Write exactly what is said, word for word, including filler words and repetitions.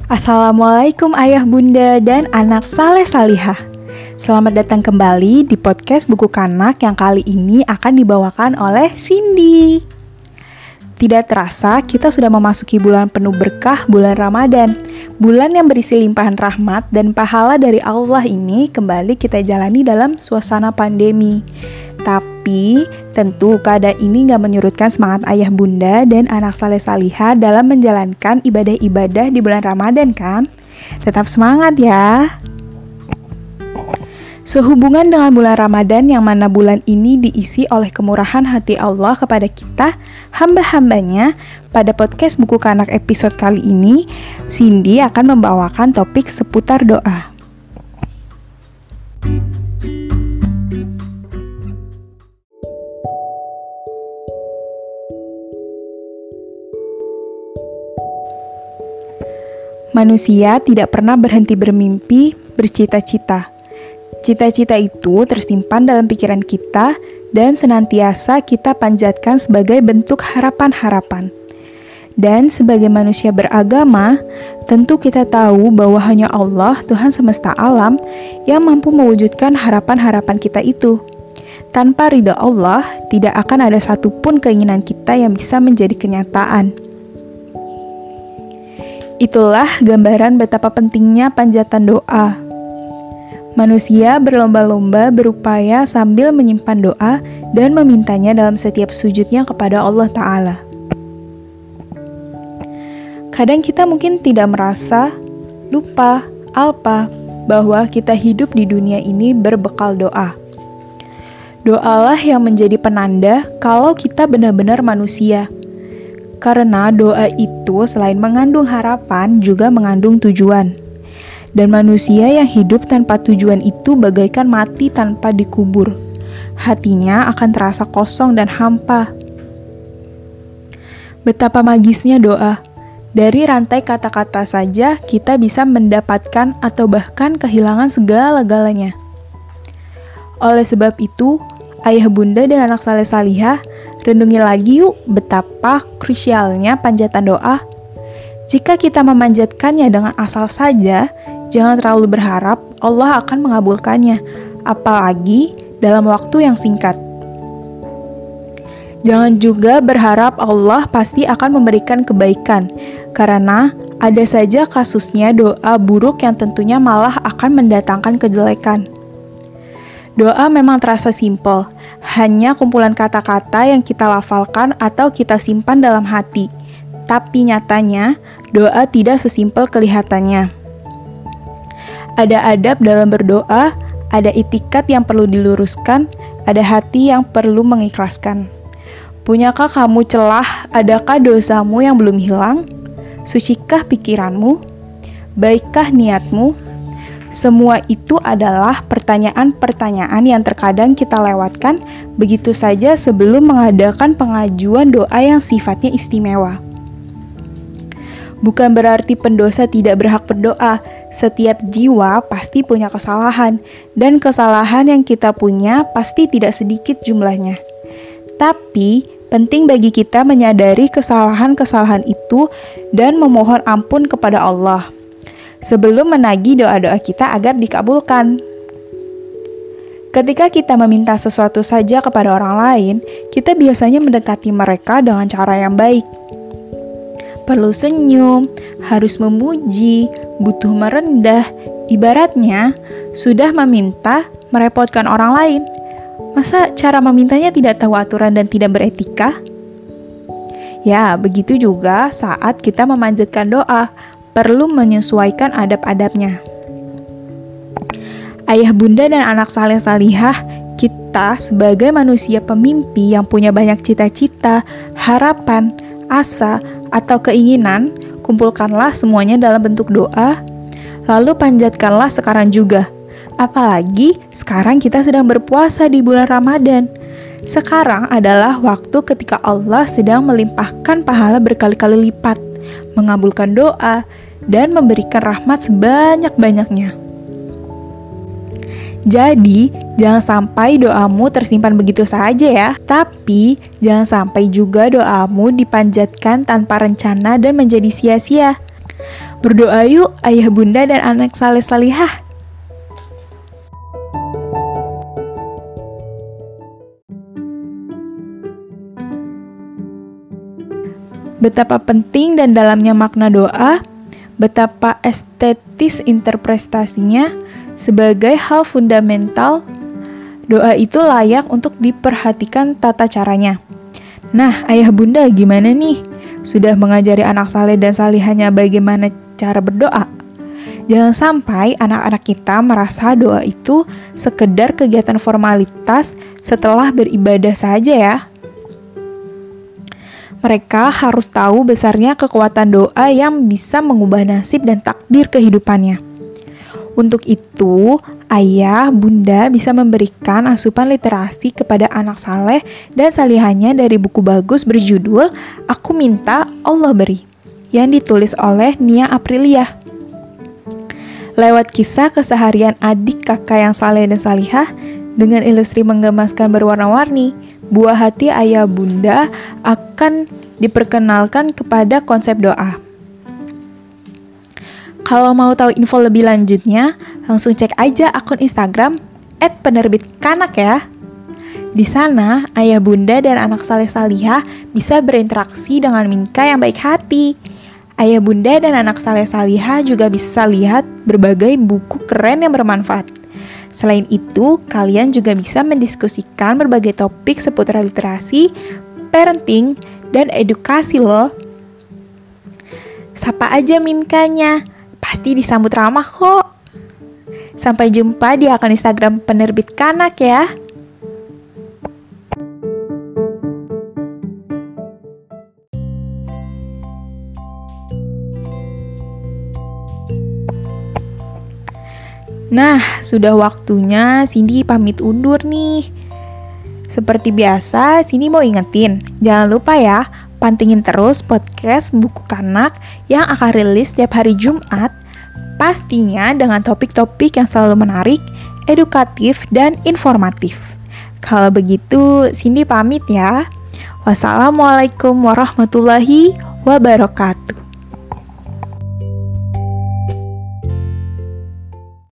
Assalamualaikum ayah bunda dan anak saleh salihah. Selamat datang kembali di podcast Buku Kanak yang kali ini akan dibawakan oleh Cindy. Tidak terasa kita sudah memasuki bulan penuh berkah, bulan Ramadan. Bulan yang berisi limpahan rahmat dan pahala dari Allah ini kembali kita jalani dalam suasana pandemi. Tapi tentu keadaan ini gak menyurutkan semangat ayah bunda dan anak saleh salihah dalam menjalankan ibadah-ibadah di bulan Ramadan kan? Tetap semangat ya! Sehubungan dengan bulan Ramadan yang mana bulan ini diisi oleh kemurahan hati Allah kepada kita, hamba-hambanya, pada podcast Buku Kanak episode kali ini, Cindy akan membawakan topik seputar doa. Manusia tidak pernah berhenti bermimpi, bercita-cita. Cita-cita itu tersimpan dalam pikiran kita dan senantiasa kita panjatkan sebagai bentuk harapan-harapan. Dan sebagai manusia beragama, tentu kita tahu bahwa hanya Allah, Tuhan semesta alam, yang mampu mewujudkan harapan-harapan kita itu. Tanpa ridha Allah, tidak akan ada satupun keinginan kita yang bisa menjadi kenyataan. Itulah gambaran betapa pentingnya panjatan doa. Manusia berlomba-lomba berupaya sambil menyimpan doa dan memintanya dalam setiap sujudnya kepada Allah Ta'ala. Kadang kita mungkin tidak merasa, lupa, alpa, bahwa kita hidup di dunia ini berbekal doa. Doalah yang menjadi penanda kalau kita benar-benar manusia. Karena doa itu selain mengandung harapan juga mengandung tujuan. Dan manusia yang hidup tanpa tujuan itu bagaikan mati tanpa dikubur. Hatinya akan terasa kosong dan hampa. Betapa magisnya doa. Dari rantai kata-kata saja kita bisa mendapatkan atau bahkan kehilangan segala-galanya. Oleh sebab itu, ayah bunda dan anak saleh salihah, renungi lagi yuk betapa krusialnya panjatan doa. Jika kita memanjatkannya dengan asal saja, jangan terlalu berharap Allah akan mengabulkannya, apalagi dalam waktu yang singkat. Jangan juga berharap Allah pasti akan memberikan kebaikan, karena ada saja kasusnya doa buruk yang tentunya malah akan mendatangkan kejelekan. Doa memang terasa simpel, hanya kumpulan kata-kata yang kita lafalkan atau kita simpan dalam hati. Tapi nyatanya, doa tidak sesimpel kelihatannya. Ada adab dalam berdoa, ada itikat yang perlu diluruskan, ada hati yang perlu mengikhlaskan. Punyakah kamu celah, adakah dosamu yang belum hilang? Sucikah pikiranmu? Baikkah niatmu? Semua itu adalah pertanyaan-pertanyaan yang terkadang kita lewatkan begitu saja sebelum mengadakan pengajuan doa yang sifatnya istimewa. Bukan berarti pendosa tidak berhak berdoa. Setiap jiwa pasti punya kesalahan, dan kesalahan yang kita punya pasti tidak sedikit jumlahnya. Tapi, penting bagi kita menyadari kesalahan-kesalahan itu dan memohon ampun kepada Allah sebelum menagih doa-doa kita agar dikabulkan. Ketika kita meminta sesuatu saja kepada orang lain, kita biasanya mendekati mereka dengan cara yang baik. Perlu senyum, harus memuji, butuh merendah. Ibaratnya, sudah meminta merepotkan orang lain. Masa cara memintanya tidak tahu aturan dan tidak beretika? Ya, begitu juga saat kita memanjatkan doa, perlu menyesuaikan adab-adabnya. Ayah bunda dan anak saleh salihah, kita sebagai manusia pemimpi yang punya banyak cita-cita, harapan, asa, atau keinginan, kumpulkanlah semuanya dalam bentuk doa, lalu panjatkanlah sekarang juga. Apalagi sekarang kita sedang berpuasa di bulan Ramadan. Sekarang adalah waktu ketika Allah sedang melimpahkan pahala berkali-kali lipat, mengabulkan doa, dan memberikan rahmat sebanyak-banyaknya. Jadi, jangan sampai doamu tersimpan begitu saja ya. Tapi, jangan sampai juga doamu dipanjatkan tanpa rencana dan menjadi sia-sia. Berdoa yuk ayah bunda dan anak saleh salihah. Betapa penting dan dalamnya makna doa, betapa estetis interpretasinya sebagai hal fundamental. Doa itu layak untuk diperhatikan tata caranya. Nah, ayah bunda gimana nih? Sudah mengajari anak saleh dan salihahnya bagaimana cara berdoa? Jangan sampai anak-anak kita merasa doa itu sekedar kegiatan formalitas setelah beribadah saja ya. Mereka harus tahu besarnya kekuatan doa yang bisa mengubah nasib dan takdir kehidupannya. Untuk itu, ayah, bunda bisa memberikan asupan literasi kepada anak saleh dan salihahnya dari buku bagus berjudul Aku Minta Allah Beri, yang ditulis oleh Nia Aprilia. Lewat kisah keseharian adik kakak yang saleh dan salihah, dengan ilustri menggemaskan berwarna-warni, buah hati ayah bunda akan diperkenalkan kepada konsep doa. Kalau mau tahu info lebih lanjutnya, langsung cek aja akun Instagram et penerbit kanak ya. Di sana, ayah bunda dan anak saleh salihah bisa berinteraksi dengan Minka yang baik hati. Ayah bunda dan anak saleh salihah juga bisa lihat berbagai buku keren yang bermanfaat. Selain itu, kalian juga bisa mendiskusikan berbagai topik seputar literasi, parenting, dan edukasi loh. Sapa aja Minkanya, pasti disambut ramah kok. Sampai jumpa di akun Instagram penerbit kanak ya. Nah, sudah waktunya Cindy pamit undur nih. Seperti biasa, Cindy mau ingetin, jangan lupa ya, pantengin terus podcast Buku Kanak yang akan rilis setiap hari Jumat, pastinya dengan topik-topik yang selalu menarik, edukatif, dan informatif. Kalau begitu, Cindy pamit ya. Wassalamualaikum warahmatullahi wabarakatuh.